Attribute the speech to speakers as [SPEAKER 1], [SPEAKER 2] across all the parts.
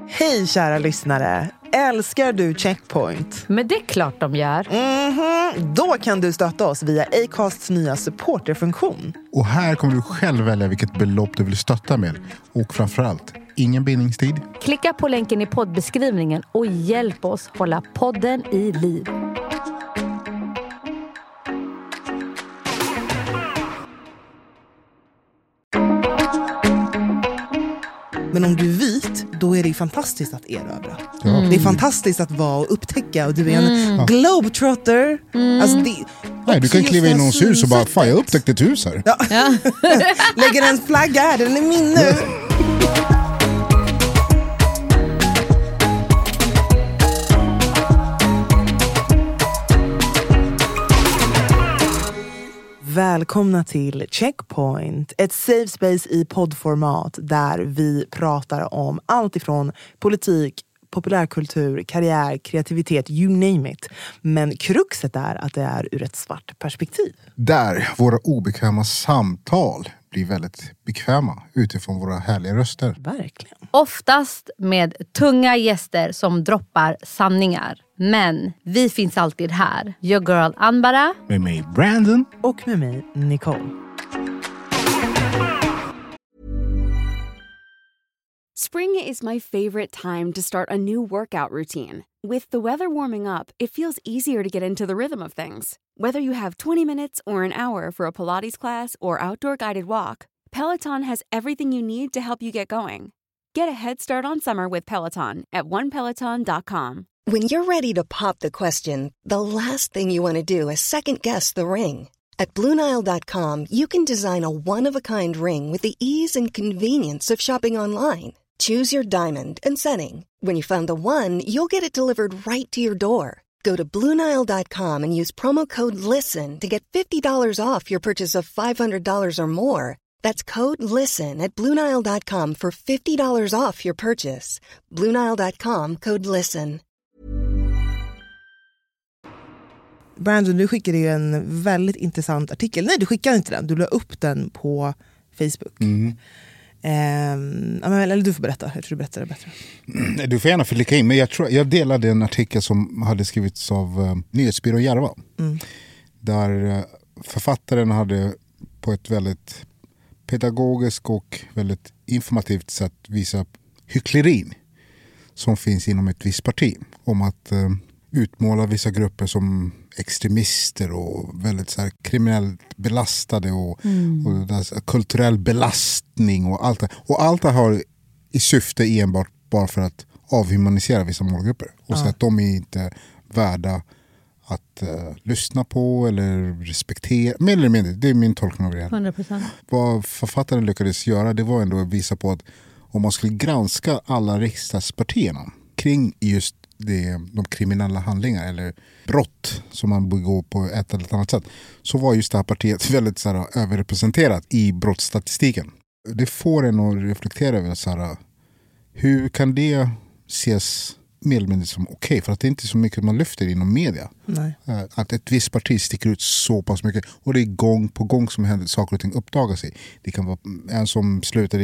[SPEAKER 1] Hej kära lyssnare, älskar du Checkpoint?
[SPEAKER 2] Men det är klart de gör.
[SPEAKER 1] Då kan du stötta oss via Acasts nya supporterfunktion.
[SPEAKER 3] Och här kommer du själv välja vilket belopp du vill stötta med. Och framförallt, ingen bindningstid.
[SPEAKER 2] Klicka på länken i poddbeskrivningen och hjälp oss hålla podden i liv.
[SPEAKER 1] Men om du är vit, då är det fantastiskt att erövra. Det är fantastiskt att vara och upptäcka. Och du är en globetrotter. Alltså
[SPEAKER 3] Nej, du kan kliva in i någons hus och bara, fan jag upptäckte ett hus här.
[SPEAKER 1] Ja. Lägger en flagga här, den är min nu. Välkomna till Checkpoint, ett safe space i poddformat där vi pratar om allt ifrån politik, populärkultur, karriär, kreativitet, you name it. Men kruxet är att det är ur ett svart perspektiv.
[SPEAKER 3] Där våra obekväma samtal blir väldigt bekväma utifrån våra härliga röster.
[SPEAKER 1] Verkligen.
[SPEAKER 2] Oftast med tunga gäster som droppar sanningar. Men vi finns alltid här. Your girl Anbara.
[SPEAKER 3] Med mig Brandon.
[SPEAKER 1] Och med mig Nicole.
[SPEAKER 4] Spring is my favorite time to start a new workout routine. With the weather warming up, it feels easier to get into the rhythm of things. Whether you have 20 minutes or an hour for a Pilates class or outdoor guided walk, Peloton has everything you need to help you get going. Get a head start on summer with Peloton at onepeloton.com.
[SPEAKER 5] When you're ready to pop the question, the last thing you want to do is second-guess the ring. At BlueNile.com, you can design a one-of-a-kind ring with the ease and convenience of shopping online. Choose your diamond and setting. When you find the one, you'll get it delivered right to your door. Go to BlueNile.com and use promo code LISTEN to get $50 off your purchase of $500 or more. That's code LISTEN at BlueNile.com for $50 off your purchase. BlueNile.com, code LISTEN.
[SPEAKER 1] Brandon, du skickade ju en väldigt intressant artikel. Nej, du skickade inte den. Du la upp den på Facebook. Eller du får berätta. Jag tror du berättar det bättre.
[SPEAKER 3] Du får gärna flika in. Men jag delade en artikel som hade skrivits av Nyhetsbyrån Järva. Där författaren hade på ett väldigt pedagogiskt och väldigt informativt sätt visat hycklerin som finns inom ett visst parti. Om att utmåla vissa grupper som extremister och väldigt så här kriminellt belastade och kulturell belastning och allt det. Och allt det har i syfte enbart bara för att avhumanisera vissa målgrupper och så att de är inte värda att lyssna på eller respektera. Mer eller mindre, det är min tolkning av det här.
[SPEAKER 2] 100%.
[SPEAKER 3] Vad författaren lyckades göra, det var ändå att visa på att om man skulle granska alla riksdagspartierna kring just de kriminella handlingar eller brott som man begår på ett eller annat sätt, så var just det här partiet väldigt så här, överrepresenterat i brottsstatistiken. Det får en att reflektera över så här, hur kan det ses mer eller mindre som okej? För att det är inte så mycket man lyfter inom media.
[SPEAKER 1] Nej. Att
[SPEAKER 3] ett visst parti sticker ut så pass mycket och det är gång på gång som händer, saker och ting uppdagas i. Det kan vara en som slutade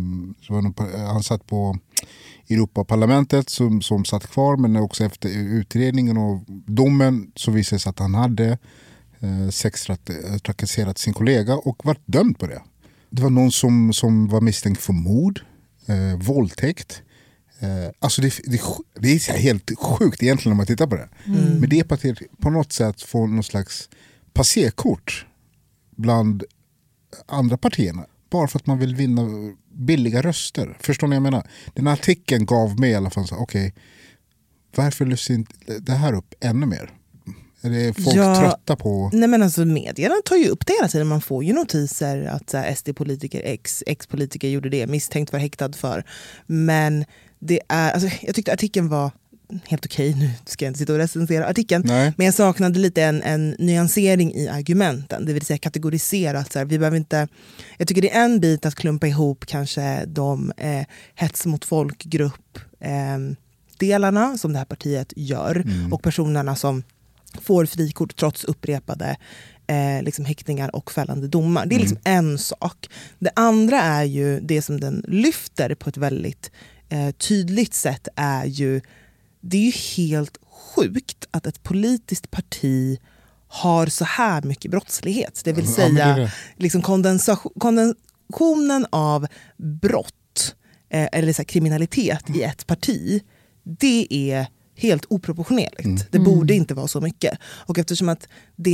[SPEAKER 3] han satt på Europaparlamentet som satt kvar, men också efter utredningen och domen så visade det sig att han hade sextrakasserat sin kollega och varit dömd på det. Det var någon som var misstänkt för mord, våldtäkt. Alltså det är helt sjukt egentligen om man tittar på det. Men det partiet på något sätt får någon slags passerkort bland andra partierna. Bara för att man vill vinna billiga röster. Förstår ni vad jag menar? Den här artikeln gav mig i alla fall så okej, varför lyfter inte det här upp ännu mer? Är det folk trötta på?
[SPEAKER 1] Nej, men alltså medierna tar ju upp det hela tiden. Man får ju notiser att SD-politiker, ex-politiker gjorde det, misstänkt för häktad för. Men det är, alltså, jag tyckte artikeln var helt okej. Nu ska jag inte sitta och recensera artikeln.
[SPEAKER 3] Nej.
[SPEAKER 1] Men jag saknade lite en nyansering i argumenten. Det vill säga kategorisera. Att så här, vi behöver inte, jag tycker det är en bit att klumpa ihop kanske de hets mot folkgrupp delarna som det här partiet gör. Och personerna som får frikort trots upprepade liksom häktningar och fällande domar. Det är liksom en sak. Det andra är ju det som den lyfter på ett väldigt tydligt sätt är ju, det är ju helt sjukt att ett politiskt parti har så här mycket brottslighet. Det vill säga liksom kondensationen av brott eller så här, kriminalitet i ett parti, det är helt oproportionerligt. Det borde inte vara så mycket. Och eftersom att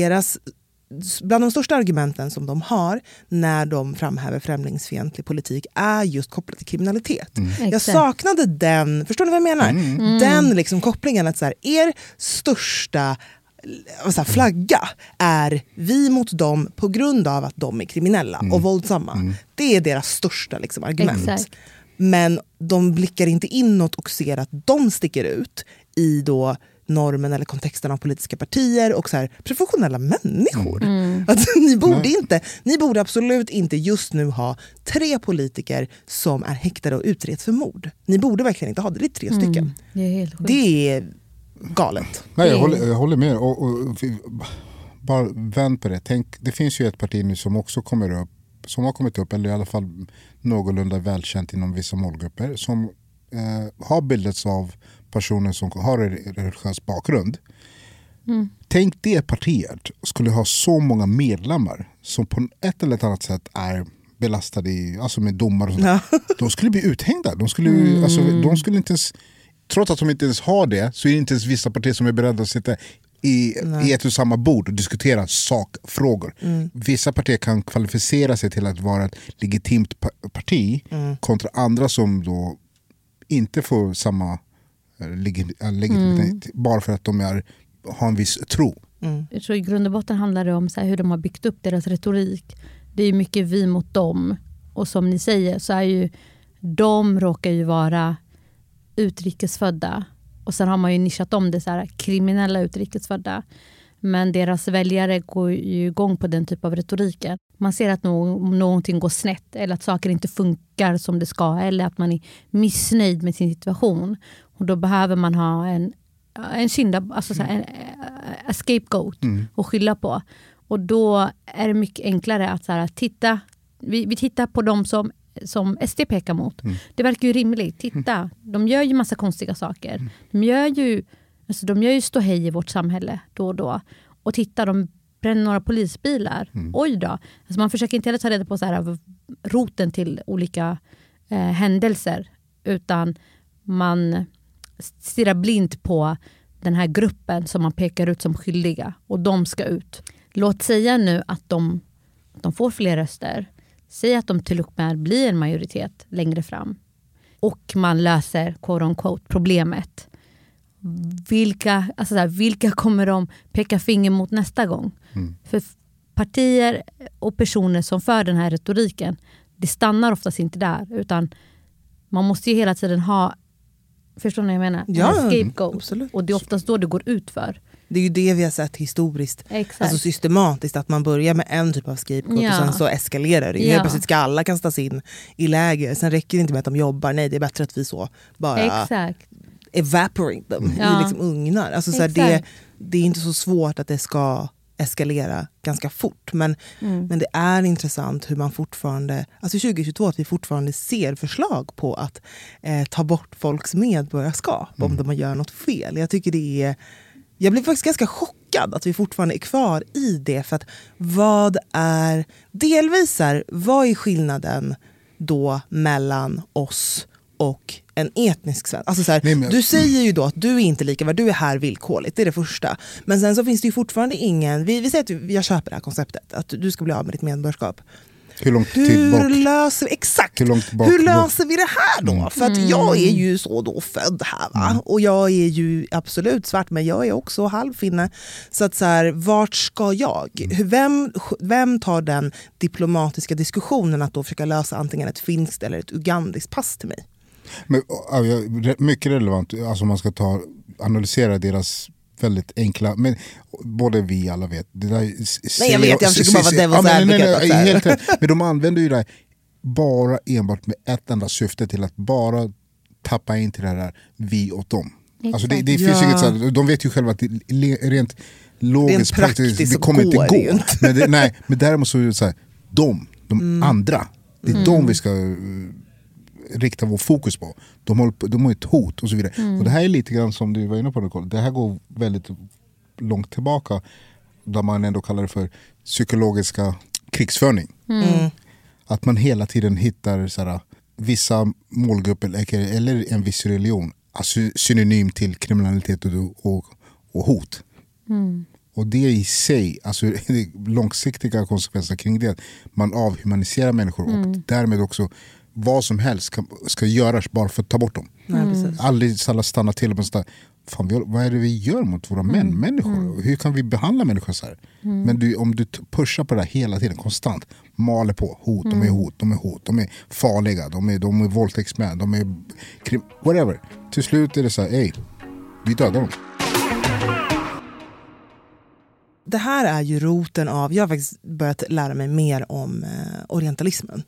[SPEAKER 1] bland de största argumenten som de har när de framhäver främlingsfientlig politik är just kopplat till kriminalitet. Jag saknade den, förstår ni vad jag menar? Den liksom kopplingen att så här, er största flagga är vi mot dem på grund av att de är kriminella och våldsamma. Det är deras största liksom, argument.
[SPEAKER 2] Exakt.
[SPEAKER 1] Men de blickar inte inåt och ser att de sticker ut i då normen eller kontexten av politiska partier och så här, professionella människor. Att ni borde absolut inte just nu ha 3 politiker som är häktade och utreds för mord. Ni borde verkligen inte ha det. Det är 3 stycken.
[SPEAKER 2] Det är helt sjukt.
[SPEAKER 1] Det är galet.
[SPEAKER 3] Nej, jag håller med. Och bara vänd på det. Tänk, det finns ju ett parti nu som också har kommit upp, eller i alla fall någorlunda välkänt inom vissa målgrupper, som har bildats av personer som har en religiös bakgrund. Tänk det partiet skulle ha så många medlemmar som på ett eller annat sätt är belastade alltså med domar och sånt. Ja. De skulle bli uthängda. De skulle inte ens, trots att de inte ens har det, så är det inte ens vissa partier som är beredda att sitta i ett och samma bord och diskutera sakfrågor. Vissa partier kan kvalificera sig till att vara ett legitimt parti kontra andra som då inte får samma legitimitet bara för att de har en viss tro.
[SPEAKER 2] Jag tror i grund och botten handlar det om så här, hur de har byggt upp deras retorik. Det är mycket vi mot dem. Och som ni säger så är ju de råkar ju vara utrikesfödda. Och sen har man ju nischat om det så här, kriminella utrikesfödda. Men deras väljare går ju igång på den typ av retoriken. Man ser att någonting går snett eller att saker inte funkar som det ska eller att man är missnöjd med sin situation. Och då behöver man ha en synda, alltså så här, en scapegoat att skylla på. Och då är det mycket enklare att så här, vi tittar på dem som SD pekar mot. Det verkar ju rimligt. Titta, de gör ju massa konstiga saker. De gör ju ståhej i vårt samhälle då och då. Och titta, de bränner några polisbilar. Oj då. Alltså man försöker inte heller ta reda på så här, roten till olika händelser. Utan man stirrar blint på den här gruppen som man pekar ut som skyldiga. Och de ska ut. Låt säga nu att de får fler röster. Säg att de till och med blir en majoritet längre fram. Och man löser quote on quote problemet. Vilka kommer de peka finger mot nästa gång? För partier och personer som för den här retoriken, det stannar oftast inte där. Utan man måste ju hela tiden ha, förstår ni vad jag menar?
[SPEAKER 1] Ja,
[SPEAKER 2] scapegoat.
[SPEAKER 1] Absolut.
[SPEAKER 2] Och det är oftast då det går ut för.
[SPEAKER 1] Det är ju det vi har sett historiskt.
[SPEAKER 2] Exakt.
[SPEAKER 1] Alltså systematiskt, att man börjar med en typ av scapegoat och sen så eskalerar det. Helt plötsligt ska alla kastas in i läger. Sen räcker det inte med att de jobbar. Nej, det är bättre att vi så bara evaporate dem i liksom ugnar. Alltså, så här, det är inte så svårt att det ska eskalera ganska fort. Men det är intressant hur man fortfarande, alltså 2022, att vi fortfarande ser förslag på att ta bort folks medborgarskap om de gör något fel. Jag tycker jag blev faktiskt ganska chockad att vi fortfarande är kvar i det. För att vad är skillnaden då mellan oss och en etnisk svensk? Alltså så här, du säger ju då att du är inte lika värd, du är här villkorligt, det är det första. Men sen så finns det ju fortfarande ingen, vi säger att jag köper det här konceptet, att du ska bli av med ditt medborgarskap.
[SPEAKER 3] Hur långt tid bort?
[SPEAKER 1] Hur löser vi det här då? För att jag är ju så då född här, va? Och jag är ju absolut svart, men jag är också halvfinne. Så att så här, vart ska jag? Vem tar den diplomatiska diskussionen att då försöka lösa antingen ett finskt eller ett ugandiskt pass till mig?
[SPEAKER 3] Men, mycket relevant, alltså man ska analysera deras väldigt enkla, men både vi alla vet det där,
[SPEAKER 1] jag försöker bara vara devil's advocate.
[SPEAKER 3] Men de använder ju det bara enbart med ett enda syfte, till att bara tappa in till det här vi åt dem. Alltså det finns inget så här, de vet ju själva att det rent logiskt praktiskt det kommer inte gå. Men däremot så är det så här, de andra, det är de vi ska rikta vår fokus på. De har ett hot och så vidare. Och det här är lite grann som du var inne på, Nicole. Det här går väldigt långt tillbaka, där man ändå kallar det för psykologiska krigsförning. Att man hela tiden hittar såhär, vissa målgrupper eller en viss religion, alltså synonym till kriminalitet och hot. Och det i sig, alltså långsiktiga konsekvenser kring det, man avhumaniserar människor och därmed också vad som helst ska göras bara för att ta bort dem. Aldrig stanna till och säga, fan, vad är det vi gör mot våra människor? Hur kan vi behandla människor så här? Men om du pushar på det här hela tiden, konstant, maler på hot, de är hot, de är farliga, de är våldtäktsmän, de är whatever. Till slut är det så här, vi dödar dem.
[SPEAKER 1] Det här är ju roten av, jag har faktiskt börjat lära mig mer om orientalismen.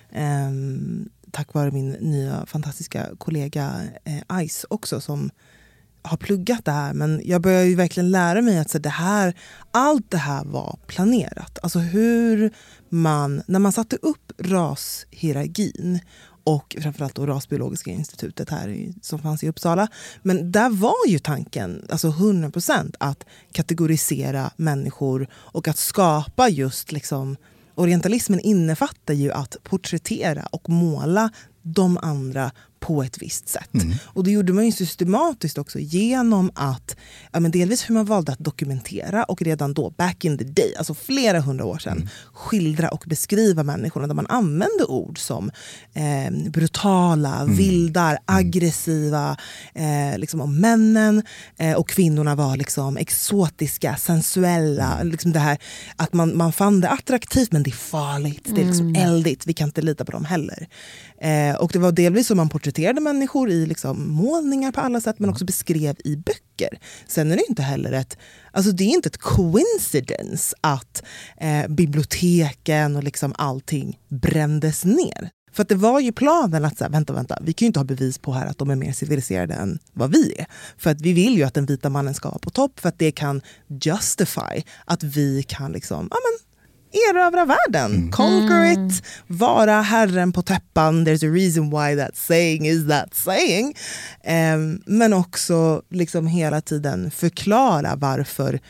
[SPEAKER 1] Tack vare min nya fantastiska kollega Ice också, som har pluggat det här. Men jag börjar ju verkligen lära mig att allt det här var planerat. Alltså hur man, när man satte upp rashierarkin och framförallt då Rasbiologiska institutet här som fanns i Uppsala. Men där var ju tanken, alltså 100%, att kategorisera människor och att skapa just liksom, orientalismen innefattar ju att porträttera och måla de andra på ett visst sätt. Och det gjorde man ju systematiskt också genom att, delvis hur man valde att dokumentera och redan då, back in the day, alltså flera 100 år sedan, skildra och beskriva människorna där man använde ord som brutala, vildar, aggressiva, liksom om männen, och kvinnorna var liksom exotiska, sensuella, liksom det här att man fann det attraktivt, men det är farligt, det är liksom eldigt, vi kan inte lita på dem heller. Och det var delvis som man porträtterade människor i liksom målningar på alla sätt, men också beskrev i böcker. Sen är det inte heller det är inte ett coincidence att biblioteken och liksom allting brändes ner. För att det var ju planen att vänta, vi kan ju inte ha bevis på här att de är mer civiliserade än vad vi är. För att vi vill ju att den vita mannen ska vara på topp, för att det kan justify att vi kan liksom, erövra världen, conquer it, vara herren på täppan. There's a reason why that saying is that saying. Men också liksom hela tiden förklara varför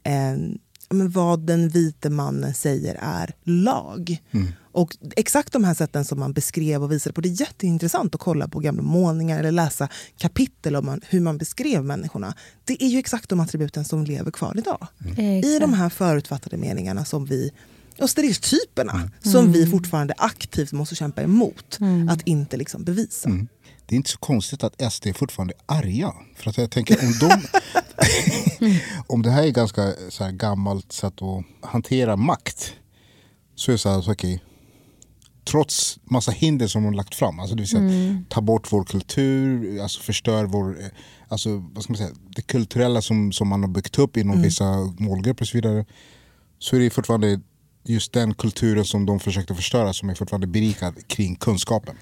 [SPEAKER 1] vad den vita mannen säger är lag. Och exakt de här sätten som man beskrev och visade på, det är jätteintressant att kolla på gamla målningar eller läsa kapitel om hur man beskrev människorna. Det är ju exakt de attributen som lever kvar idag. I de här förutfattade meningarna som vi, och stereotyperna som vi fortfarande aktivt måste kämpa emot att inte liksom bevisa.
[SPEAKER 3] Det är inte så konstigt att SD är fortfarande arga. För att jag tänker, om det här är ganska så här gammalt sätt att hantera makt, så är det så här, okej, trots massa hinder som de har lagt fram, alltså det vill säga ta bort vår kultur, alltså förstör vår, alltså vad ska man säga, det kulturella som man har byggt upp inom vissa målgrupper och så vidare, så är det fortfarande just den kulturen som de försökte förstöra som är fortfarande berikad kring kunskapen.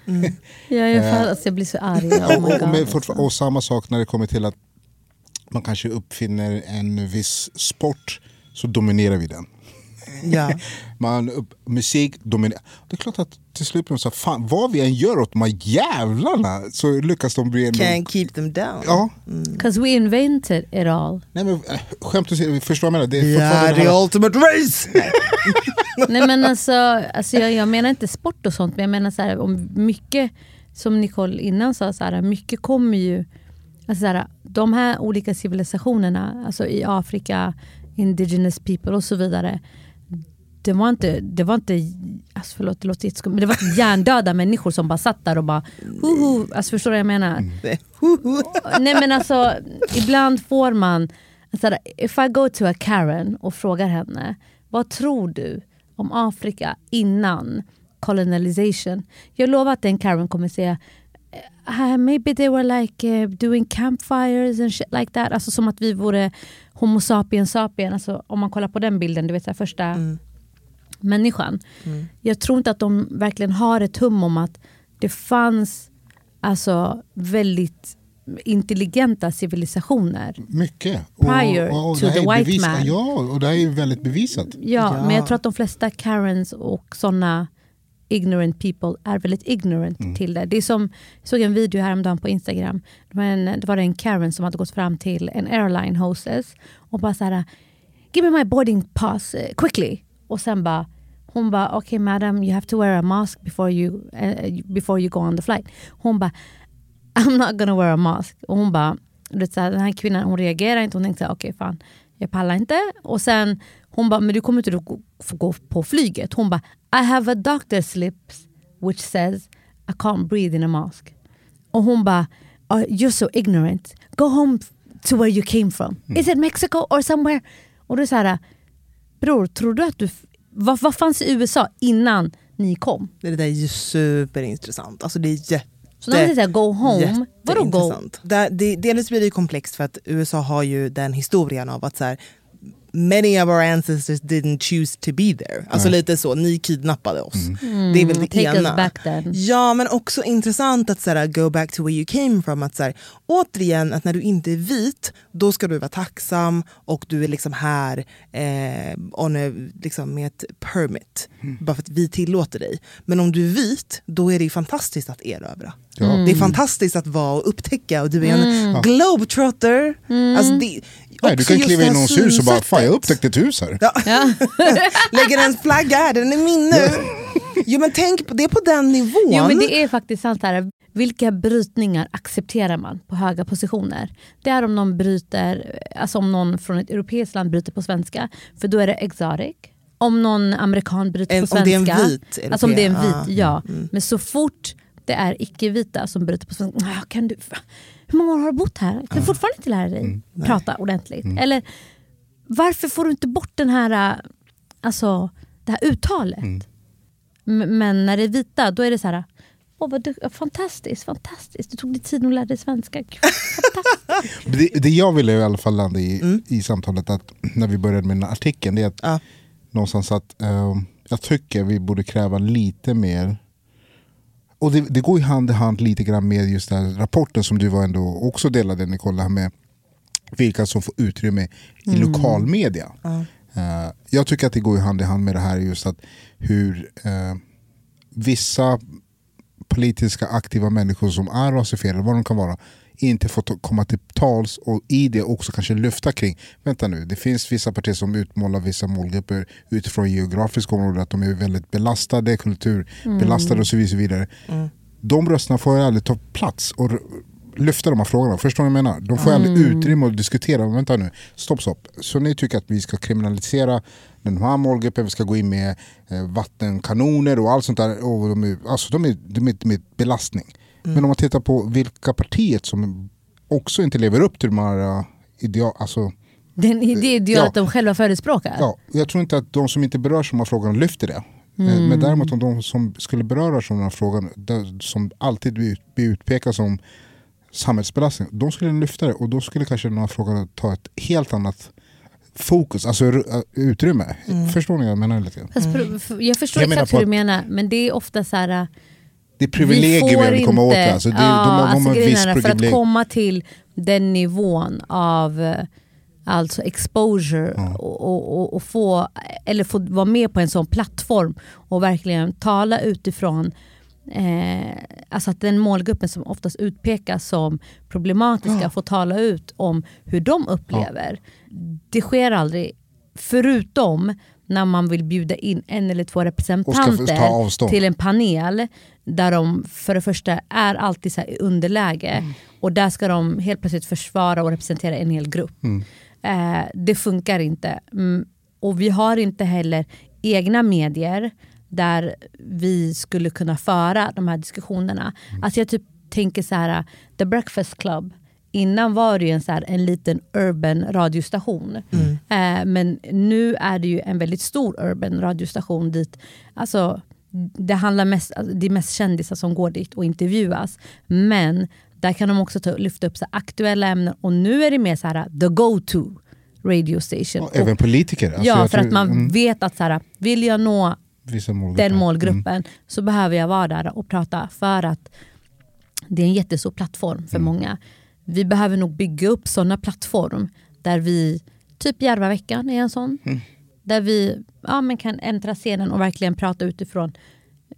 [SPEAKER 2] Jag blir så arg.
[SPEAKER 3] Och samma sak när det kommer till att man kanske uppfinner en viss sport, så dominerar vi den.
[SPEAKER 1] Ja.
[SPEAKER 3] Musik dominerar. Det är klart att till slut blir de så, fan, vad vi än gör åt de här jävlarna, så lyckas de bli
[SPEAKER 1] Can't keep them down.
[SPEAKER 3] Ja.
[SPEAKER 2] Because we invented it all.
[SPEAKER 3] Nej, men skämt att säga, förstår vad jag menar?
[SPEAKER 1] Det är the ultimate race!
[SPEAKER 2] Nej, men alltså jag menar inte sport och sånt, men jag menar så här, om mycket, som Nicole innan sa, så här, mycket kommer ju, alltså så här, de här olika civilisationerna, alltså i Afrika, indigenous people och så vidare, det var inte alltså förlåt, det låter jätteskumt, men det var inte hjärndöda människor som bara satt där och bara alltså förstår du vad jag menar? Nej, men alltså ibland får man alltså, if I go to a Karen och frågar henne, vad tror du om Afrika innan colonization? Jag lovar att den Karen kommer säga maybe they were like doing campfires and shit like that, alltså som att vi vore homo sapiens sapien, alltså om man kollar på den bilden, du vet så här, första människan. Jag tror inte att de verkligen har ett hum om att det fanns alltså väldigt intelligenta civilisationer.
[SPEAKER 3] Mycket.
[SPEAKER 2] Prior to the white man.
[SPEAKER 3] Ja, och det här är ju väldigt bevisat.
[SPEAKER 2] Ja, men jag tror att de flesta Karens och sådana ignorant people är väldigt ignorant till det. Det är som, jag såg en video häromdagen på Instagram. Det var en Karen som hade gått fram till en airline hostess och bara så här: give me my boarding pass quickly. Och sen bara, hon bara, okay madam, you have to wear a mask before you go on the flight. Hon bara, I'm not gonna wear a mask. Och hon bara, den här kvinnan, hon reagerar inte. Hon tänkte, okej fan, jag pallar inte. Och sen, hon bara, men du kommer inte få gå på flyget. Hon bara, I have a doctor slip which says I can't breathe in a mask. Och hon bara, oh, you're so ignorant. Go home to where you came from. Is it Mexico or somewhere? Och du säger, bror, tror du att du... Vad fanns i USA innan ni kom?
[SPEAKER 1] Det där är ju superintressant. Alltså det är
[SPEAKER 2] så när man säger go home, vadå go?
[SPEAKER 1] Delvis blir det komplext för att USA har ju den historien av att så här, many of our ancestors didn't choose to be there. Alltså lite så, ni kidnappade oss. Det är väl det
[SPEAKER 2] take
[SPEAKER 1] ena.
[SPEAKER 2] Us back then.
[SPEAKER 1] Ja, men också intressant att så här, go back to where you came from. Att så här, återigen, att när du inte är vit, då ska du vara tacksam och du är liksom här liksom med ett permit. Bara för att vi tillåter dig. Men om du är vit, då är det fantastiskt att erövra. Det är fantastiskt att vara och upptäcka, och du är en globetrotter. Alltså
[SPEAKER 3] nej, du kan kliva in i någons hus och bara, fan jag upptäckte ett hus här.
[SPEAKER 1] Ja. Lägger en flagga här, den är min nu. Jo, men tänk på det på den nivån.
[SPEAKER 2] Jo, men det är faktiskt sant här. Vilka brytningar accepterar man på höga positioner? Det är om någon bryter, alltså om någon från ett europeiskt land bryter på svenska, för då är det exotic. Om någon amerikan bryter på svenska,
[SPEAKER 1] om det är en vit europé.
[SPEAKER 2] Alltså om det är en vit, ja. Men så fort det är icke-vita som bryter på svenska, hur många år har du bott här? Kan du fortfarande inte lära dig prata ordentligt? Eller varför får du inte bort den här, alltså det här uttalet? Men när det är vita, då är det så här, fantastiskt. Du tog dig tid att lära dig svenska.
[SPEAKER 3] Det jag ville i alla fall landa i samtalet, att när vi började med den här artikeln, det är att någonstans att jag tycker vi borde kräva lite mer. Och det går ju hand i hand lite grann med just den här rapporten som du var ändå också delade, Nicole, med vilka som får utrymme i lokalmedia. Jag tycker att det går ju hand i hand med det här, just att hur vissa politiska aktiva människor som är rasifierade, vad de kan vara, inte får komma till tals, och i det också kanske lyfta kring, vänta nu, det finns vissa partier som utmålar vissa målgrupper utifrån geografiska områden, att de är väldigt belastade, kulturbelastade och så vidare. De rösterna får ju aldrig ta plats och lyfta de här frågorna. Förstår ni vad jag menar? De får aldrig utrymme att diskutera. Vänta nu, stopp. Så ni tycker att vi ska kriminalisera den här målgruppen, vi ska gå in med vattenkanoner och allt sånt där, och de är med belastning. Men om man tittar på vilka partier som också inte lever upp till de här
[SPEAKER 2] det idealet de själva förespråkar.
[SPEAKER 3] Ja, jag tror inte att de som inte berörs av de här frågorna lyfter det. Men däremot om de som skulle beröras av den här frågan, som alltid blir utpekade som samhällsbelastning, de skulle lyfta det, och då skulle kanske den här frågan ta ett helt annat fokus, alltså utrymme. Förstår ni vad jag menar lite?
[SPEAKER 2] Jag förstår exakt hur du menar, men det är ofta så här,
[SPEAKER 3] det är privilegium vi vill komma åt det. Alltså,
[SPEAKER 2] för att komma till den nivån av alltså exposure och få vara med på en sån plattform och verkligen tala utifrån alltså att den målgruppen som oftast utpekas som problematiska får tala ut om hur de upplever. Det sker aldrig, förutom när man vill bjuda in en eller två representanter till en panel där de för det första är alltid så här i underläge och där ska de helt plötsligt försvara och representera en hel grupp. Det funkar inte. Och vi har inte heller egna medier där vi skulle kunna föra de här diskussionerna. Alltså jag typ tänker så här, The Breakfast Club, innan var det ju en liten urban radiostation. Men nu är det ju en väldigt stor urban radiostation dit, alltså det handlar mest, alltså, det är mest kändisar som går dit och intervjuas. Men där kan de också lyfta upp så aktuella ämnen, och nu är det mer så här the go-to radio station.
[SPEAKER 3] Och även politiker. Alltså
[SPEAKER 2] ja, för att man vet att så här, vill jag nå den målgruppen så behöver jag vara där och prata, för att det är en jättestor plattform för många. Vi behöver nog bygga upp sådana plattform där vi, typ Järvaveckan är en sån, där vi kan äntra scenen och verkligen prata utifrån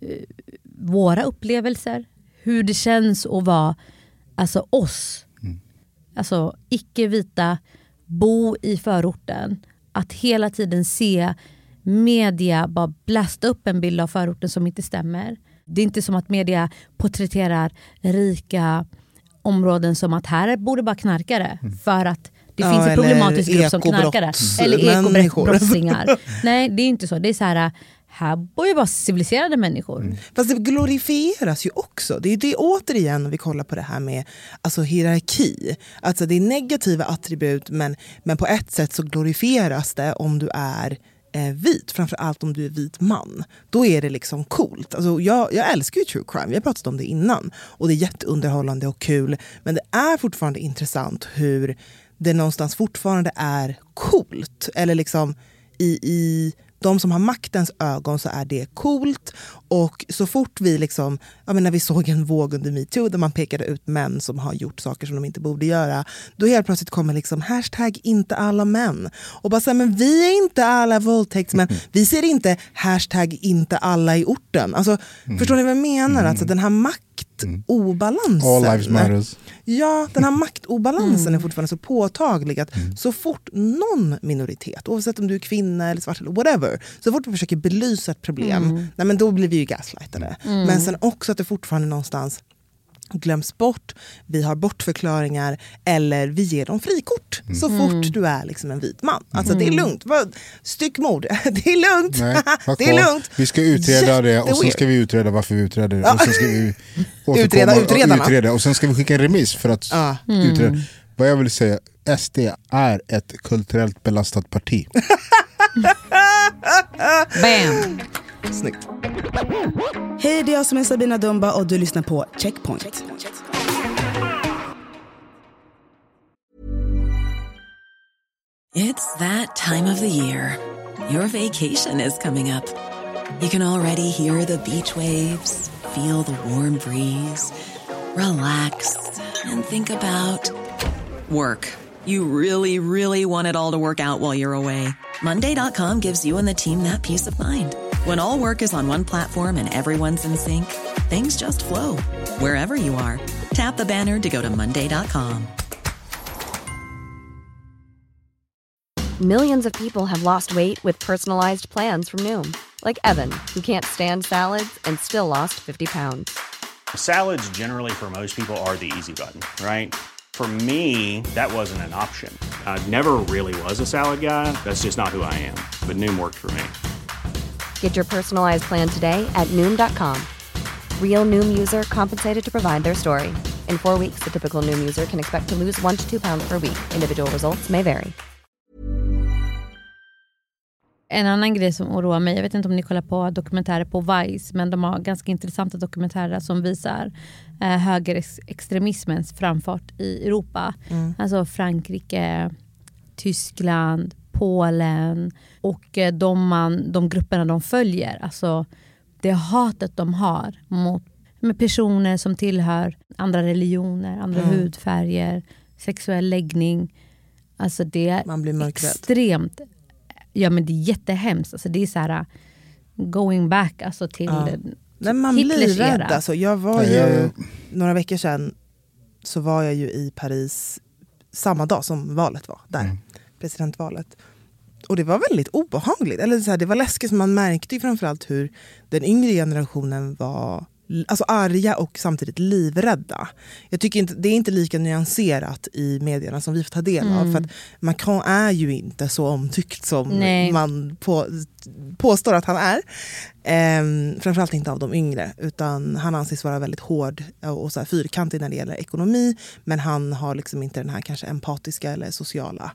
[SPEAKER 2] våra upplevelser. Hur det känns att vara alltså oss. Alltså icke-vita, bo i förorten. Att hela tiden se media bara blasta upp en bild av förorten som inte stämmer. Det är inte som att media porträtterar rika områden som att här borde bara knarkare. För att det finns en problematisk grupp som knarkare. Eller ekobrottslingar. Nej, det är inte så. Det är så här bor ju bara civiliserade människor.
[SPEAKER 1] Fast det glorifieras ju också. Det är ju det återigen, vi kollar på det här med alltså hierarki. Alltså det är negativa attribut, men på ett sätt så glorifieras det om du är vit. Framförallt om du är vit man. Då är det liksom coolt. Alltså jag älskar ju true crime. Vi har pratat om det innan. Och det är jätteunderhållande och kul. Men det är fortfarande intressant hur det någonstans fortfarande är coolt. Eller liksom i de som har maktens ögon så är det coolt. Och så fort vi liksom, när vi såg en våg under MeToo där man pekade ut män som har gjort saker som de inte borde göra, då helt plötsligt kommer liksom hashtag inte alla män. Och bara säga, men vi är inte alla våldtäktsmän. Vi ser inte hashtag inte alla i orten. Alltså, förstår ni vad jag menar? Alltså den här maktobalansen.
[SPEAKER 3] All lives matters.
[SPEAKER 1] Ja, den här maktobalansen är fortfarande så påtaglig att så fort någon minoritet, oavsett om du är kvinna eller svart eller whatever, så fort vi försöker belysa ett problem, nej, men då blir vi ju gaslightade. Men sen också att det fortfarande någonstans glöms bort, vi har bortförklaringar eller vi ger dem frikort så fort du är liksom en vit man. Alltså det är lugnt. Styckmord, det är lugnt.
[SPEAKER 3] Nej,
[SPEAKER 1] det är lugnt.
[SPEAKER 3] Vi ska utreda det och så ska vi utreda varför vi utreder det. Och sen ska vi utreda och sen ska vi skicka en remiss för att utreda. Vad jag vill säga, SD är ett kulturellt belastat parti.
[SPEAKER 2] Bam!
[SPEAKER 1] Snyggt.
[SPEAKER 6] Hej, det är jag som är Sabina Dumba och du lyssnar på Checkpoint.
[SPEAKER 7] It's that time of the year. Your vacation is coming up. You can already hear the beach waves, feel the warm breeze, relax and think about work. You really, really want it all to work out while you're away. Monday.com gives you and the team that peace of mind. When all work is on one platform and everyone's in sync, things just flow. Wherever you are, tap the banner to go to Monday.com.
[SPEAKER 4] Millions of people have lost weight with personalized plans from Noom. Like Evan, who can't stand salads and still lost 50 pounds.
[SPEAKER 8] Salads generally for most people are the easy button, right? For me, that wasn't an option. I never really was a salad guy. That's just not who I am. But Noom worked for me.
[SPEAKER 4] Get your personalized plan today at Noom.com. Real Noom user compensated to provide their story. In 4 weeks, the typical Noom user can expect to lose 1 to 2 pounds per week. Individual results may vary.
[SPEAKER 2] En annan grej som oroar mig, jag vet inte om ni kollar på dokumentärer på Vice, men de har ganska intressanta dokumentärer som visar högerextremismens framfart i Europa. Alltså Frankrike, Tyskland, Polen och de grupperna de följer. Alltså det hatet de har mot med personer som tillhör andra religioner, andra hudfärger, sexuell läggning. Alltså det är
[SPEAKER 1] Man blir
[SPEAKER 2] extremt. Ja, men det är jättehemskt. Alltså det är så här going back alltså till
[SPEAKER 1] Nej, man blir rädd. Alltså, jag var ju några veckor sedan så var jag ju i Paris samma dag som valet var där. Presidentvalet. Och det var väldigt obehagligt. Eller så här, det var läskigt, som man märkte ju framförallt hur den yngre generationen var alltså arga och samtidigt livrädda. Jag tycker inte, det är inte lika nyanserat i medierna som vi får ta del av. För att Macron är ju inte så omtyckt som man påstår att han är. Framförallt inte av de yngre. Utan han anses vara väldigt hård och så här fyrkantig när det gäller ekonomi. Men han har liksom inte den här kanske empatiska eller sociala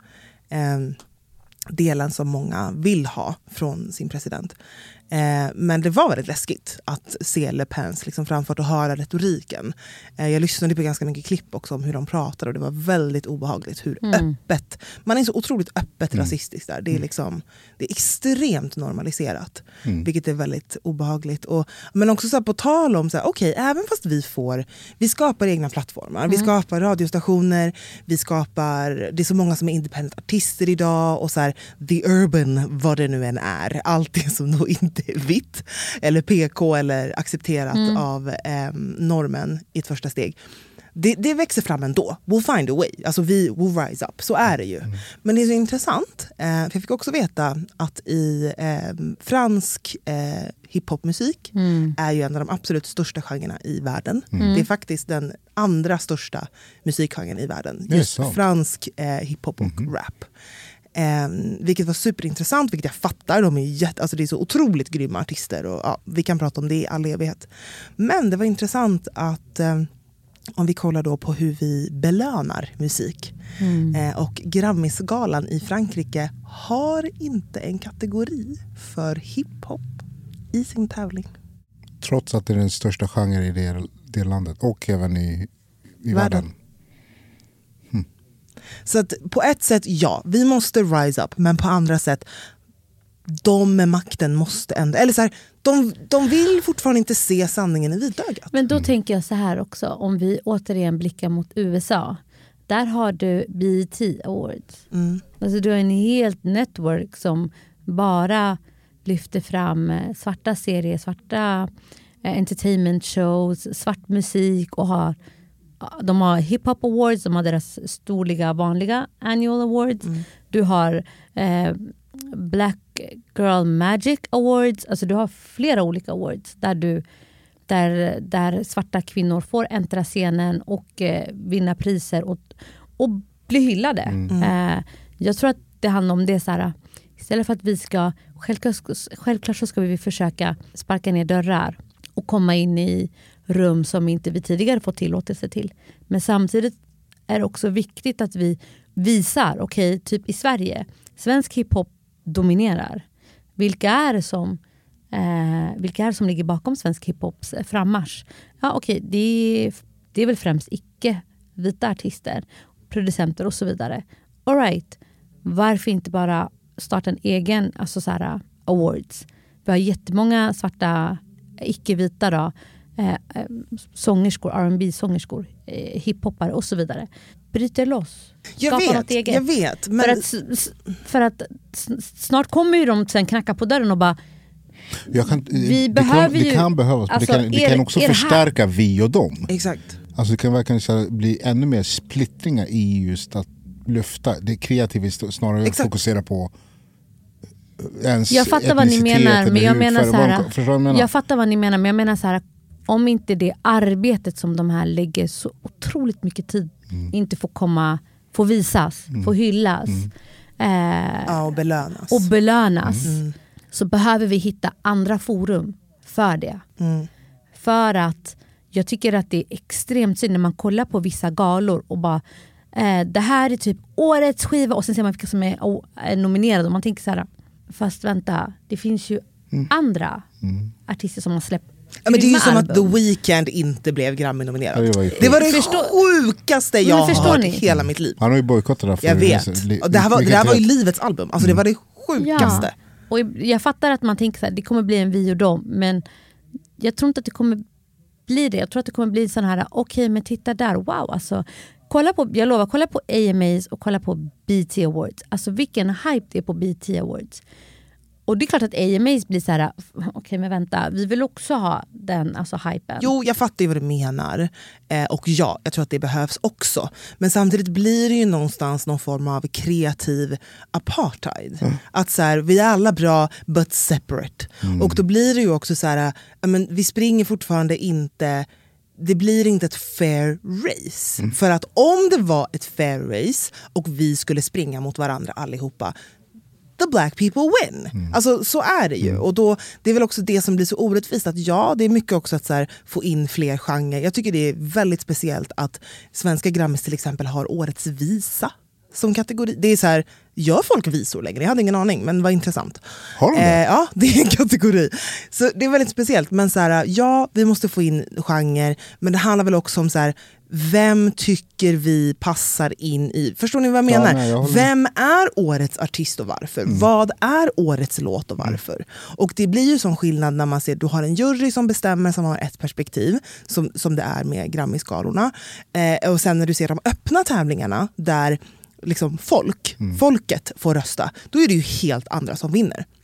[SPEAKER 1] delen som många vill ha från sin president. Men det var väldigt läskigt att se Le Pens liksom framfört och höra retoriken. Jag lyssnade på ganska mycket klipp också om hur de pratade och det var väldigt obehagligt hur öppet, man är så otroligt öppet rasistisk där. Det är liksom, det är extremt normaliserat, vilket är väldigt obehagligt. Men också så här, på tal om så här, okej, även fast vi skapar egna plattformar, vi skapar radiostationer, det är så många som är independent artister idag och så här, The Urban, vad det nu än är, allt det som då inte inte är vitt eller PK eller accepterat av normen i ett första steg. Det växer fram ändå. We'll find a way. Alltså vi will rise up. Så är det ju. Men det är så intressant. För jag fick också veta att i fransk hiphopmusik är ju en av de absolut största genrerna i världen. Det är faktiskt den andra största musikgenren i världen. Just fransk hiphop och rap. Vilket var superintressant, vilket jag fattar. De är alltså det är så otroligt grymma artister. Och, vi kan prata om det i all evighet. Men det var intressant att... om vi kollar då på hur vi belönar musik. Och Grammisgalan i Frankrike har inte en kategori för hiphop i sin tävling.
[SPEAKER 3] Trots att det är den största genren i det landet och även i världen.
[SPEAKER 1] Så att på ett sätt, ja, vi måste rise up. Men på andra sätt, de med makten måste ändra. Eller så här, de vill fortfarande inte se sanningen i vitögat.
[SPEAKER 2] Men då tänker jag så här också, om vi återigen blickar mot USA. Där har du BET Awards. Alltså du har en helt network som bara lyfter fram svarta serier, svarta entertainment shows, svart musik och de har Hip-Hop Awards, de har deras storliga vanliga annual awards. Du har Black Girl Magic Awards, alltså du har flera olika awards där svarta kvinnor får äntra scenen och vinna priser och bli hyllade. Jag tror att det handlar om det så här, istället för att vi ska självklart så ska vi försöka sparka ner dörrar och komma in i rum som inte vi tidigare fått tillåtelse till. Men samtidigt är det också viktigt att vi visar, okej, typ i Sverige, svensk hiphop dominerar. Vilka är det som ligger bakom svensk hiphops frammarsch? Ja, okej, det är väl främst icke-vita artister, producenter och så vidare. All right, varför inte bara starta en egen, alltså så här, awards? Vi har jättemånga svarta icke-vita då, sångerskor, R&B-sångerskor, hiphoppare och så vidare. Bryter loss.
[SPEAKER 1] Jag vet. Men...
[SPEAKER 2] För att snart kommer ju de sen knacka på dörren och bara
[SPEAKER 3] det kan behövas. Alltså, det kan också förstärka vi och dem.
[SPEAKER 1] Exakt.
[SPEAKER 3] Alltså det kan verkligen bli ännu mer splittringar i just att lyfta. Det kreativa snarare fokusera på ens
[SPEAKER 2] jag fattar vad ni menar, men jag menar så här. Jag fattar vad ni menar, men jag menar så här, om inte det arbetet som de här lägger så otroligt mycket tid inte får visas, får hyllas och belönas så behöver vi hitta andra forum för det. För att jag tycker att det är extremt synd när man kollar på vissa galor och bara det här är typ årets skiva och sen ser man vilka som är nominerade och man tänker så här, fast vänta, det finns ju andra artister som har släppt.
[SPEAKER 1] Ja, men det är ju som att The Weeknd inte blev Grammy-nominerad. Det var det sjukaste jag har hört i hela mitt liv.
[SPEAKER 3] Han har ju bojkottat det.
[SPEAKER 1] Jag vet. Och det här var ju livets album. Alltså det var det sjukaste.
[SPEAKER 2] Ja. Och jag fattar att man tänker så här, det kommer bli en vi och dem. Men jag tror inte att det kommer bli det. Jag tror att det kommer bli sån här, okej, men titta där, wow. Alltså, kolla på AMAs och kolla på BET Awards. Alltså vilken hype det är på BET Awards. Och det är klart att AMAs blir så här, okej, men vänta, vi vill också ha den, alltså hypen.
[SPEAKER 1] Jo, jag fattar ju vad du menar. Och ja, jag tror att det behövs också. Men samtidigt blir det ju någonstans någon form av kreativ apartheid. Att så här, vi är alla bra but separate. Och då blir det ju också så här, men vi springer fortfarande inte. Det blir inte ett fair race. För att om det var ett fair race och vi skulle springa mot varandra allihopa, the black people win. Alltså så är det ju. Och då, det är väl också det som blir så orättvist att ja, det är mycket också att så här, få in fler genrer. Jag tycker det är väldigt speciellt att svenska Grammis till exempel har årets visa som kategori. Det är så här, gör folk visor längre? Jag hade ingen aning, men vad intressant.
[SPEAKER 3] Har de det?
[SPEAKER 1] Ja, det är en kategori. Så det är väldigt speciellt. Men så här, ja, vi måste få in genre, men det handlar väl också om så här, vem tycker vi passar in i? Förstår ni vad jag menar? Vem är årets artist och varför? Vad är årets låt och varför? Och det blir ju sån skillnad när man ser, du har en jury som bestämmer, som har ett perspektiv, som det är med Grammy-skalorna. Och sen när du ser de öppna tävlingarna där liksom folket får rösta, då är det ju helt andra som vinner.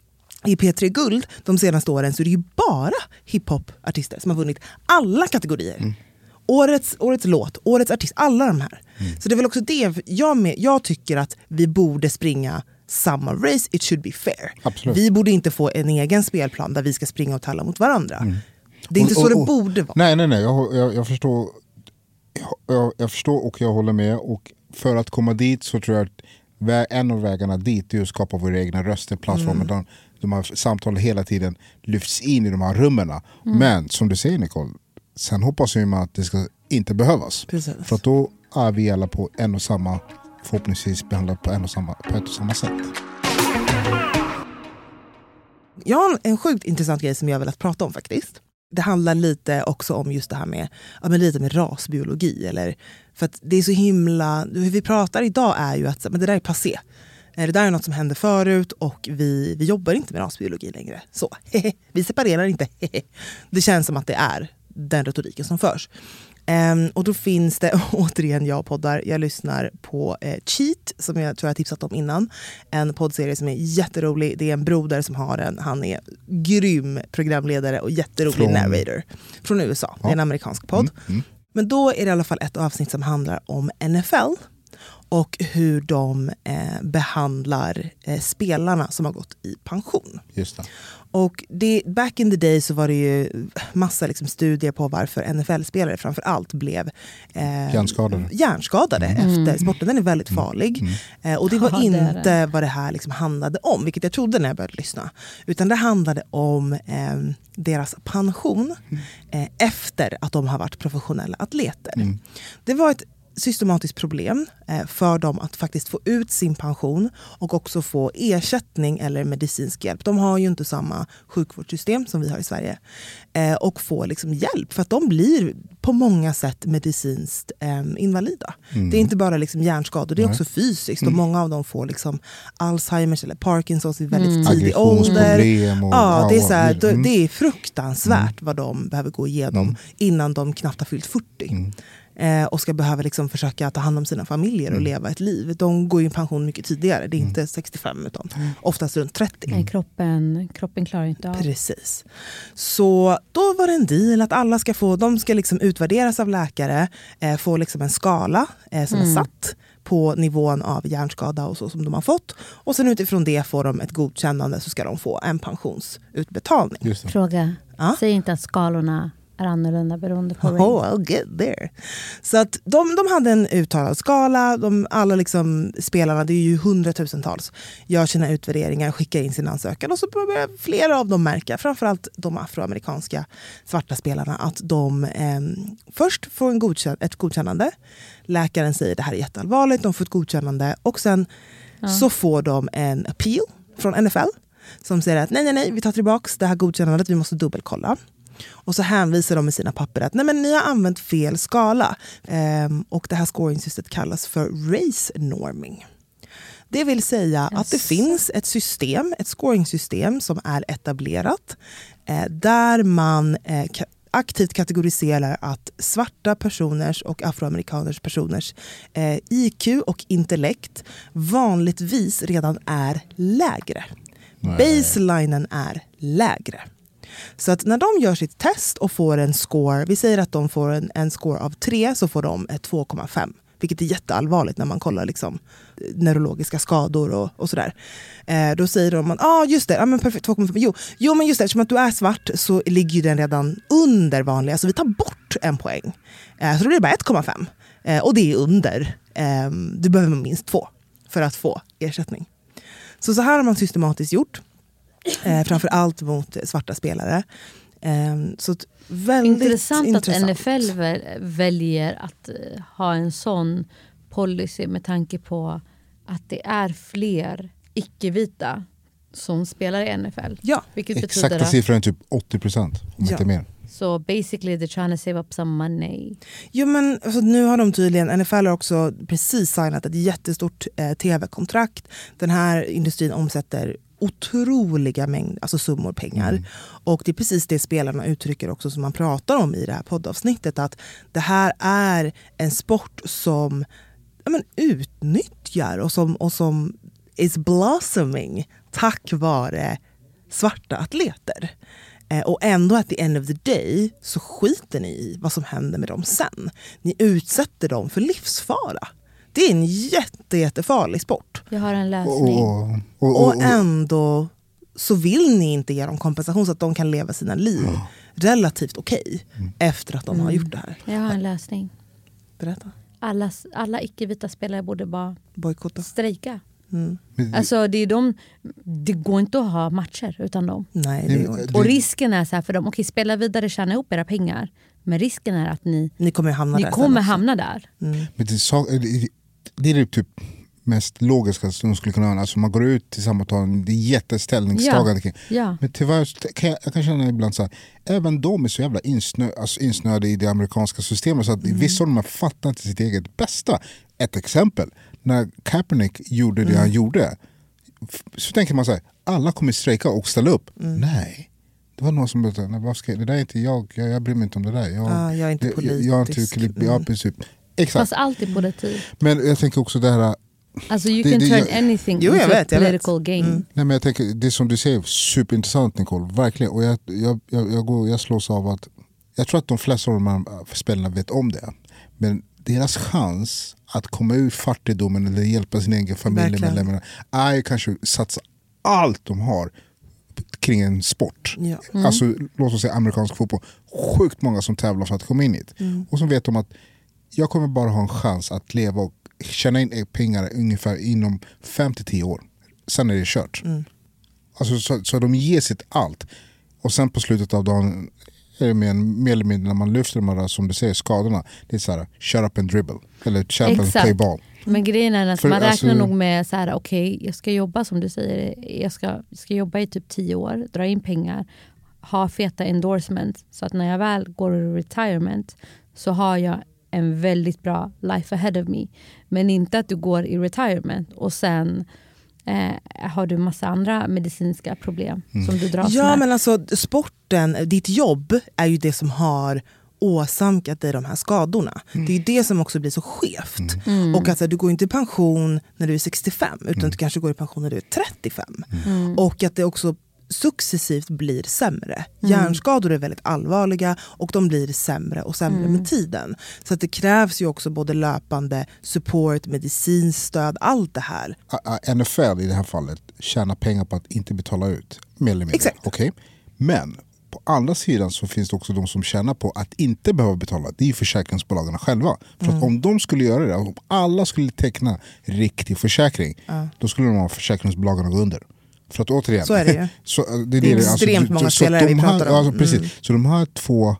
[SPEAKER 1] i P3 Guld de senaste åren så är det ju bara hiphop-artister som har vunnit alla kategorier. Årets låt, årets artist, alla de här. Så det är väl också det, jag tycker att vi borde springa samma race, it should be fair.
[SPEAKER 3] Absolut.
[SPEAKER 1] Vi borde inte få en egen spelplan där vi ska springa och tälla mot varandra. Det är inte så det borde vara.
[SPEAKER 3] Nej, jag förstår. Jag förstår och jag håller med. Och för att komma dit så tror jag att en av vägarna dit är att skapa våra egna röster, plattformar. De här samtalen hela tiden lyfts in i de här rummen. Men som du säger, Nicole, sen hoppas vi att det ska inte behövas.
[SPEAKER 1] Precis.
[SPEAKER 3] För att då är vi alla på en och samma, förhoppningsvis behandlade på ett och samma sätt.
[SPEAKER 1] Jag har en sjukt intressant grej som jag vill prata om faktiskt. Det handlar lite också om just det här med, lite med rasbiologi. Eller, för att det är så himla, hur vi pratar idag är ju att men det där är passé. Det där är något som hände förut och vi jobbar inte med rasbiologi längre. Så, vi separerar inte. Det känns som att det är den retoriken som förs. Och då finns det, återigen jag poddar, jag lyssnar på Cheat som jag tror jag tipsat om innan. En poddserie som är jätterolig. Det är en broder som har han är grym programledare och jätterolig narrator. Från USA, det är en amerikansk podd. Men då är det i alla fall ett avsnitt som handlar om NFL. Och hur de behandlar spelarna som har gått i pension.
[SPEAKER 3] Just det.
[SPEAKER 1] Och back in the day så var det ju massa liksom studier på varför NFL-spelare framförallt blev hjärnskadade efter sporten. Den är väldigt farlig. Och det var inte vad det här liksom handlade om, vilket jag trodde när jag började lyssna. Utan det handlade om deras pension efter att de har varit professionella atleter. Det var ett systematiskt problem för dem att faktiskt få ut sin pension och också få ersättning eller medicinsk hjälp. De har ju inte samma sjukvårdssystem som vi har i Sverige. Och få liksom hjälp för att de blir på många sätt medicinskt invalida. Det är inte bara liksom hjärnskador, det är också fysiskt. Och många av dem får liksom Alzheimers eller Parkinsons i väldigt tidig ålder. Det är så här, det är fruktansvärt vad de behöver gå igenom innan de knappt har fyllt 40. Och ska behöva liksom försöka ta hand om sina familjer och leva ett liv. De går ju i pension mycket tidigare. Det är inte 65 utan oftast runt 30.
[SPEAKER 2] Kroppen klarar inte av.
[SPEAKER 1] Precis. Så då var det en deal att alla ska få, de ska liksom utvärderas av läkare, få liksom en skala som är satt på nivån av hjärnskada och så som de har fått. Och sen utifrån det får de ett godkännande så ska de få en pensionsutbetalning.
[SPEAKER 2] Fråga, säg inte att skalorna är annorlunda beroende på
[SPEAKER 1] I'll get there. Så att de hade en uttalad skala. Alla liksom spelarna, det är ju 100,000-tals, gör sina utvärderingar, skickar in sin ansökan och så börjar flera av dem märka, framförallt de afroamerikanska svarta spelarna, att de först får ett godkännande. Läkaren säger det här är jätteallvarligt, de får ett godkännande och sen så får de en appeal från NFL som säger att nej, vi tar tillbaks det här godkännandet, vi måste dubbelkolla. Och så hänvisar de med sina papper att nej, men ni har använt fel skala. Och det här scoringsystemet kallas för race norming. Det vill säga att det finns ett system, ett scoringsystem som är etablerat. Där man aktivt kategoriserar att svarta personers och afroamerikaners personers IQ och intellekt vanligtvis redan är lägre. Baselinen är lägre. Så att när de gör sitt test och får en score, vi säger att de får en score av 3 så får de 2,5. Vilket är jätteallvarligt när man kollar liksom neurologiska skador och sådär. Då säger de att just det, men perfekt 2,5. Jo men just det, eftersom att du är svart så ligger ju den redan under vanliga. Så vi tar bort en poäng. Så då blir det bara 1,5. Och det är under. Du behöver minst 2 för att få ersättning. Så här har man systematiskt gjort. Framförallt mot svarta spelare. Så väldigt
[SPEAKER 2] intressant att NFL väljer att ha en sån policy med tanke på att det är fler icke-vita som spelar i NFL.
[SPEAKER 1] Ja,
[SPEAKER 2] vilket
[SPEAKER 3] exakta
[SPEAKER 2] betyder
[SPEAKER 3] siffran är typ 80%, om inte mer.
[SPEAKER 2] So basically they're trying to save up some money.
[SPEAKER 1] Jo men alltså, nu har de tydligen, NFL har också precis signat ett jättestort tv-kontrakt. Den här industrin omsätter otroliga mängder, alltså summor pengar. Och det är precis det spelarna uttrycker också som man pratar om i det här poddavsnittet, att det här är en sport som utnyttjar och som is blossoming tack vare svarta atleter. Och ändå at the end of the day så skiter ni i vad som händer med dem sen. Ni utsätter dem för livsfara. Det är en jättefarlig sport.
[SPEAKER 2] Jag har en lösning.
[SPEAKER 1] Och ändå så vill ni inte ge dem kompensation så att de kan leva sina liv relativt okej efter att de har gjort det här.
[SPEAKER 2] Jag har en lösning.
[SPEAKER 1] Berätta.
[SPEAKER 2] Alla icke-vita spelare borde bara
[SPEAKER 1] bojkotta.
[SPEAKER 2] Strejka. Alltså det går inte att ha matcher utan dem.
[SPEAKER 1] Nej, det går inte.
[SPEAKER 2] Och risken är så här för dem, okej, spela vidare, tjäna ihop era pengar. Men risken är att ni
[SPEAKER 1] kommer hamna där.
[SPEAKER 3] Men det är typ mest logiska som de skulle kunna göra. Alltså man går ut tillsammans och tar det jätteställningstagande.
[SPEAKER 2] Ja.
[SPEAKER 3] Men tyvärr jag kan känna ibland så här, även de är så jävla insnöade i det amerikanska systemet så att vissa av dem fattar inte sitt eget bästa. Ett exempel, när Kaepernick gjorde det han gjorde, så tänker man så här, alla kommer strejka och ställa upp. Nej. Det var någon som berättade, det där är inte jag bryr mig inte om det där.
[SPEAKER 1] Jag är inte politisk.
[SPEAKER 3] Jag är inte princip. Exakt.
[SPEAKER 2] Fast alltid politik.
[SPEAKER 3] Men jag tänker också det här.
[SPEAKER 2] Alltså you can turn anything into a political game.
[SPEAKER 3] Nej, men jag tänker, det som du säger är superintressant, Nicole, verkligen. Och jag slås av att jag tror att de flesta av de här spelarna vet om det. Men deras chans att komma ur fattigdomen eller hjälpa sin egen familjemedlemmar är kanske satsa allt de har kring en sport. Alltså låt oss säga amerikansk fotboll. Sjukt många som tävlar för att komma in i det. Och som vet om att jag kommer bara ha en chans att leva och tjäna in pengar ungefär inom 5-10 år. Sen är det kört. Alltså, så de ger sitt allt. Och sen på slutet av dagen är det mer eller mindre när man lyfter de här, som du säger, skadorna. Det är så här, shut up and dribble. Eller shut up and play ball.
[SPEAKER 2] Men grejen är att man räknar nog med så här, okej, jag ska jobba som du säger. Jag ska jobba i typ 10 år, dra in pengar, ha feta endorsement. Så att när jag väl går i retirement så har jag en väldigt bra life ahead of me. Men inte att du går i retirement och sen har du massa andra medicinska problem som du dras med.
[SPEAKER 1] Ja, men alltså sporten, ditt jobb är ju det som har åsamkat dig de här skadorna. Det är ju det som också blir så skevt. Och alltså, du går inte i pension när du är 65 utan du kanske går i pension när du är 35. Och att det också successivt blir sämre. Hjärnskador är väldigt allvarliga och de blir sämre och sämre med tiden. Så att det krävs ju också både löpande support, medicinstöd, allt det här.
[SPEAKER 3] NFL i det här fallet tjänar pengar på att inte betala ut. Mer eller mindre.
[SPEAKER 1] Exakt.
[SPEAKER 3] Okay. Men på andra sidan så finns det också de som tjänar på att inte behöva betala. Det är ju försäkringsbolagen själva. För att om de skulle göra det, om alla skulle teckna riktig försäkring, då skulle de ha försäkringsbolagen gå under. För att återigen,
[SPEAKER 1] så är det ju.
[SPEAKER 3] Det är
[SPEAKER 1] extremt många spelare vi pratar om.
[SPEAKER 3] Alltså, precis. Så de här två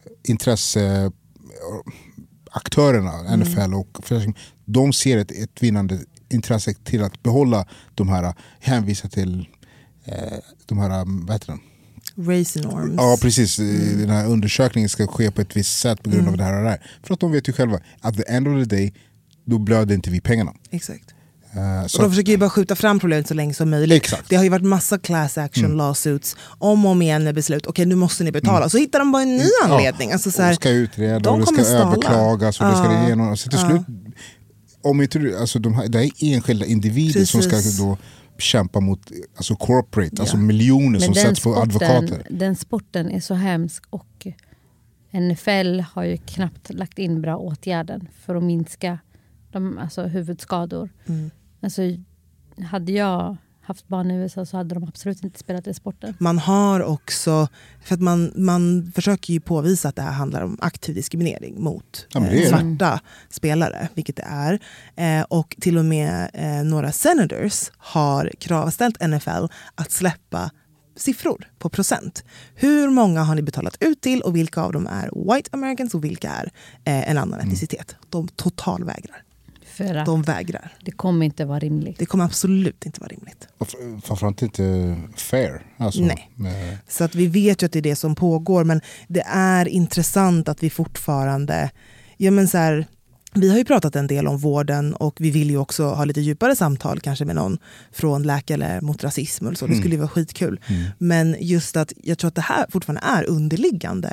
[SPEAKER 3] intresseaktörerna, NFL och försäkring, de ser ett vinnande intresse till att behålla de här, hänvisa till de här, vad heter den?
[SPEAKER 1] Race norms.
[SPEAKER 3] Ja, precis. Den här undersökningen ska ske på ett visst sätt på grund av det här och det här. För att de vet ju själva, at the end of the day, då blöder inte vi pengarna.
[SPEAKER 1] Exakt. Och de försöker ju bara skjuta fram problemet så länge som möjligt.
[SPEAKER 3] Exakt.
[SPEAKER 1] Det har ju varit massa class action lawsuits om och om igen med beslut. Okej, nu måste ni betala. Så hittar de bara en ny anledning. Alltså, så här,
[SPEAKER 3] de ska utreda och det ska överklagas och det ska igenom. Så till slut, om inte, alltså, det är enskilda individer som ska då kämpa mot, alltså corporate, alltså miljoner som sätts på advokater.
[SPEAKER 2] Den sporten är så hemsk och NFL har ju knappt lagt in bra åtgärder för att minska alltså huvudskador. Alltså, hade jag haft barn i USA så hade de absolut inte spelat i sporten. Man har också, för att man försöker ju påvisa att det här handlar om aktiv diskriminering mot svarta spelare, vilket det är. Och till och med några senators har kravställt NFL att släppa siffror på procent. Hur många har ni betalat ut till och vilka av dem är white Americans och vilka är en annan etnicitet? De totalvägrar. För att de vägrar. Det kommer inte vara rimligt. Det kommer absolut inte vara rimligt.
[SPEAKER 3] Framförallt inte fair. Alltså,
[SPEAKER 1] nej. Så att vi vet ju att det är det som pågår, men det är intressant att vi fortfarande, vi har ju pratat en del om vården och vi vill ju också ha lite djupare samtal kanske med någon från Läkare mot rasism och så. Det skulle ju vara skitkul. Men just att jag tror att det här fortfarande är underliggande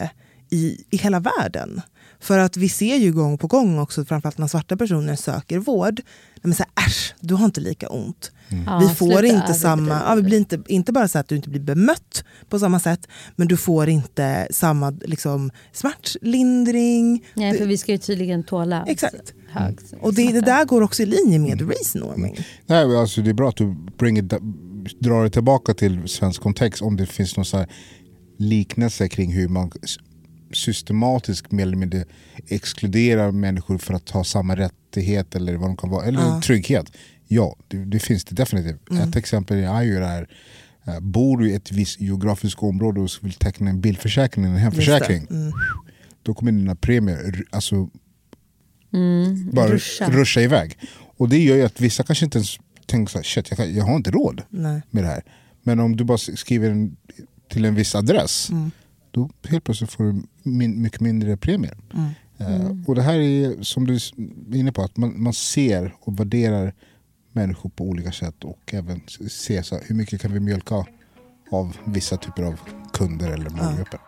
[SPEAKER 1] i hela världen. För att vi ser ju gång på gång också, framförallt när svarta personer söker vård, men så här, äsch, du har inte lika ont. Vi får inte samma, vi blir inte bara så att du inte blir bemött på samma sätt, men du får inte samma liksom, smärtlindring.
[SPEAKER 2] Nej, för vi ska ju tydligen tåla.
[SPEAKER 1] Exakt. Och det där går också i linje med race norming.
[SPEAKER 3] Nej, alltså det är bra att du drar det tillbaka till svensk kontext, om det finns någon så här liknelse kring hur man systematiskt mer eller mindre exkluderar människor för att ha samma rättighet eller vad de kan vara, eller trygghet. Ja, det finns det definitivt. Ett exempel är ju det här, bor du i ett visst geografiskt område och vill teckna en bilförsäkring, en hemförsäkring, då kommer dina premier alltså bara ruscha iväg. Och det gör ju att vissa kanske inte ens tänker så här, shit, jag har inte råd med det här. Men om du bara skriver till en viss adress, då helt plötsligt får du mycket mindre premier. Och det här är, som du är inne på, att man ser och värderar människor på olika sätt och även ser så här, hur mycket kan vi mjölka av vissa typer av kunder eller målgrupper.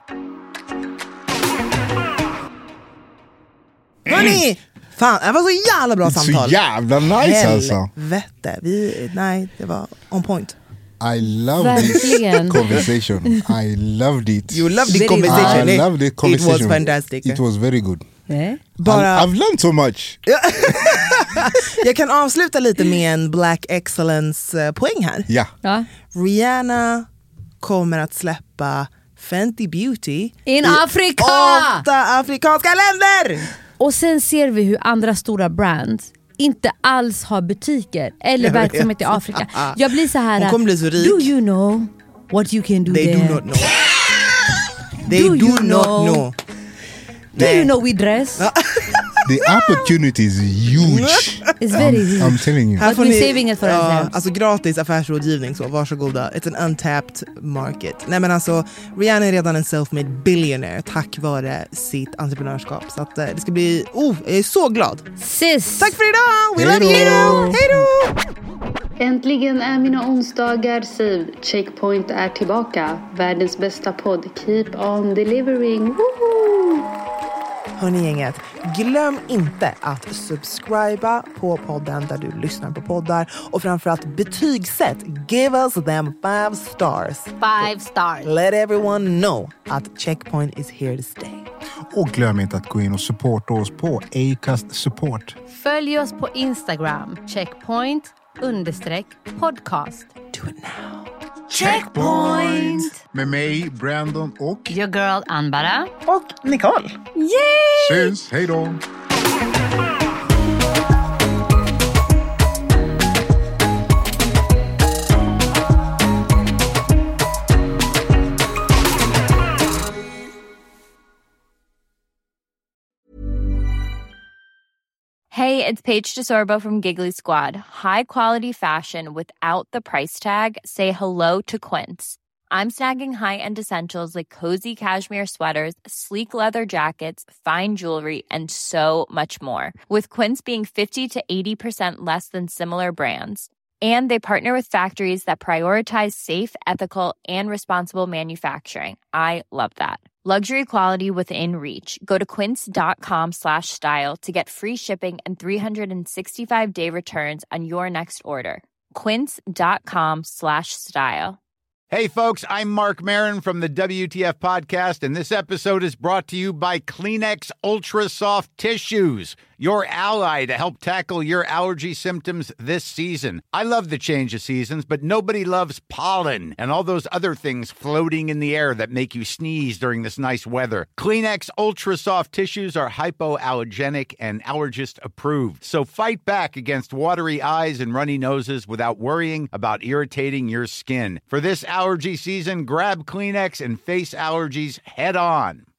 [SPEAKER 1] Hörni! Fan, det var så jävla bra samtal.
[SPEAKER 3] Så jävla nice alltså.
[SPEAKER 1] Helvete. Det var on point.
[SPEAKER 3] I love this conversation. I loved it.
[SPEAKER 1] You loved the conversation.
[SPEAKER 3] I loved the conversation.
[SPEAKER 1] It was fantastic.
[SPEAKER 3] It was very good.
[SPEAKER 1] I've
[SPEAKER 3] learned so much.
[SPEAKER 1] Jag kan avsluta lite med en Black Excellence poäng här.
[SPEAKER 3] Ja.
[SPEAKER 1] Rihanna kommer att släppa Fenty Beauty
[SPEAKER 2] in Afrika!
[SPEAKER 1] 8 afrikanska länder!
[SPEAKER 2] Och sen ser vi hur andra stora brands inte alls har butiker eller verksamhet i Afrika. Jag blir så här.
[SPEAKER 1] Hon kommer bli så rik.
[SPEAKER 2] Do you know what you can do
[SPEAKER 1] They
[SPEAKER 2] there?
[SPEAKER 1] do not know. They do not know.
[SPEAKER 2] Do you know we dress?
[SPEAKER 3] The opportunity is huge.
[SPEAKER 2] It's very huge.
[SPEAKER 3] I'm telling you.
[SPEAKER 2] But we're saving it for ourselves.
[SPEAKER 1] Alltså gratis affärsrådgivning, så varsågoda. It's an untapped market. Nej men alltså, Rihanna är redan en self-made billionaire tack vare sitt entreprenörskap. Så att det ska bli, jag är så glad.
[SPEAKER 2] Sis!
[SPEAKER 1] Tack för idag! We love you! Hej då!
[SPEAKER 9] Äntligen är mina onsdagar saved. Checkpoint är tillbaka. Världens bästa podd. Keep on delivering. Woohoo!
[SPEAKER 1] Hörni gänget, glöm inte att subscriba på podden där du lyssnar på poddar. Och framförallt betygsätt. Give us them 5 stars.
[SPEAKER 2] 5 stars.
[SPEAKER 1] Let everyone know att Checkpoint is here to stay.
[SPEAKER 3] Och glöm inte att gå in och supporta oss på Acast Support.
[SPEAKER 2] Följ oss på Instagram. Checkpoint_podcast.
[SPEAKER 1] Do it now.
[SPEAKER 2] Checkpoint!
[SPEAKER 3] Med mig, Brandon och
[SPEAKER 2] Your girl Anbara.
[SPEAKER 1] Och Nicole.
[SPEAKER 2] Yay!
[SPEAKER 3] Syns, hej då!
[SPEAKER 10] Hey, it's Paige DeSorbo from Giggly Squad. High quality fashion without the price tag. Say hello to Quince. I'm snagging high-end essentials like cozy cashmere sweaters, sleek leather jackets, fine jewelry, and so much more. With Quince being 50 to 80% less than similar brands. And they partner with factories that prioritize safe, ethical, and responsible manufacturing. I love that. Luxury quality within reach. Go to quince.com/style to get free shipping and 365-day returns on your next order. Quince.com/style.
[SPEAKER 11] Hey, folks, I'm Mark Maron from the WTF Podcast, and this episode is brought to you by Kleenex Ultra Soft Tissues, your ally to help tackle your allergy symptoms this season. I love the change of seasons, but nobody loves pollen and all those other things floating in the air that make you sneeze during this nice weather. Kleenex Ultra Soft Tissues are hypoallergenic and allergist approved, so fight back against watery eyes and runny noses without worrying about irritating your skin. For this allergy season, grab Kleenex and face allergies head on.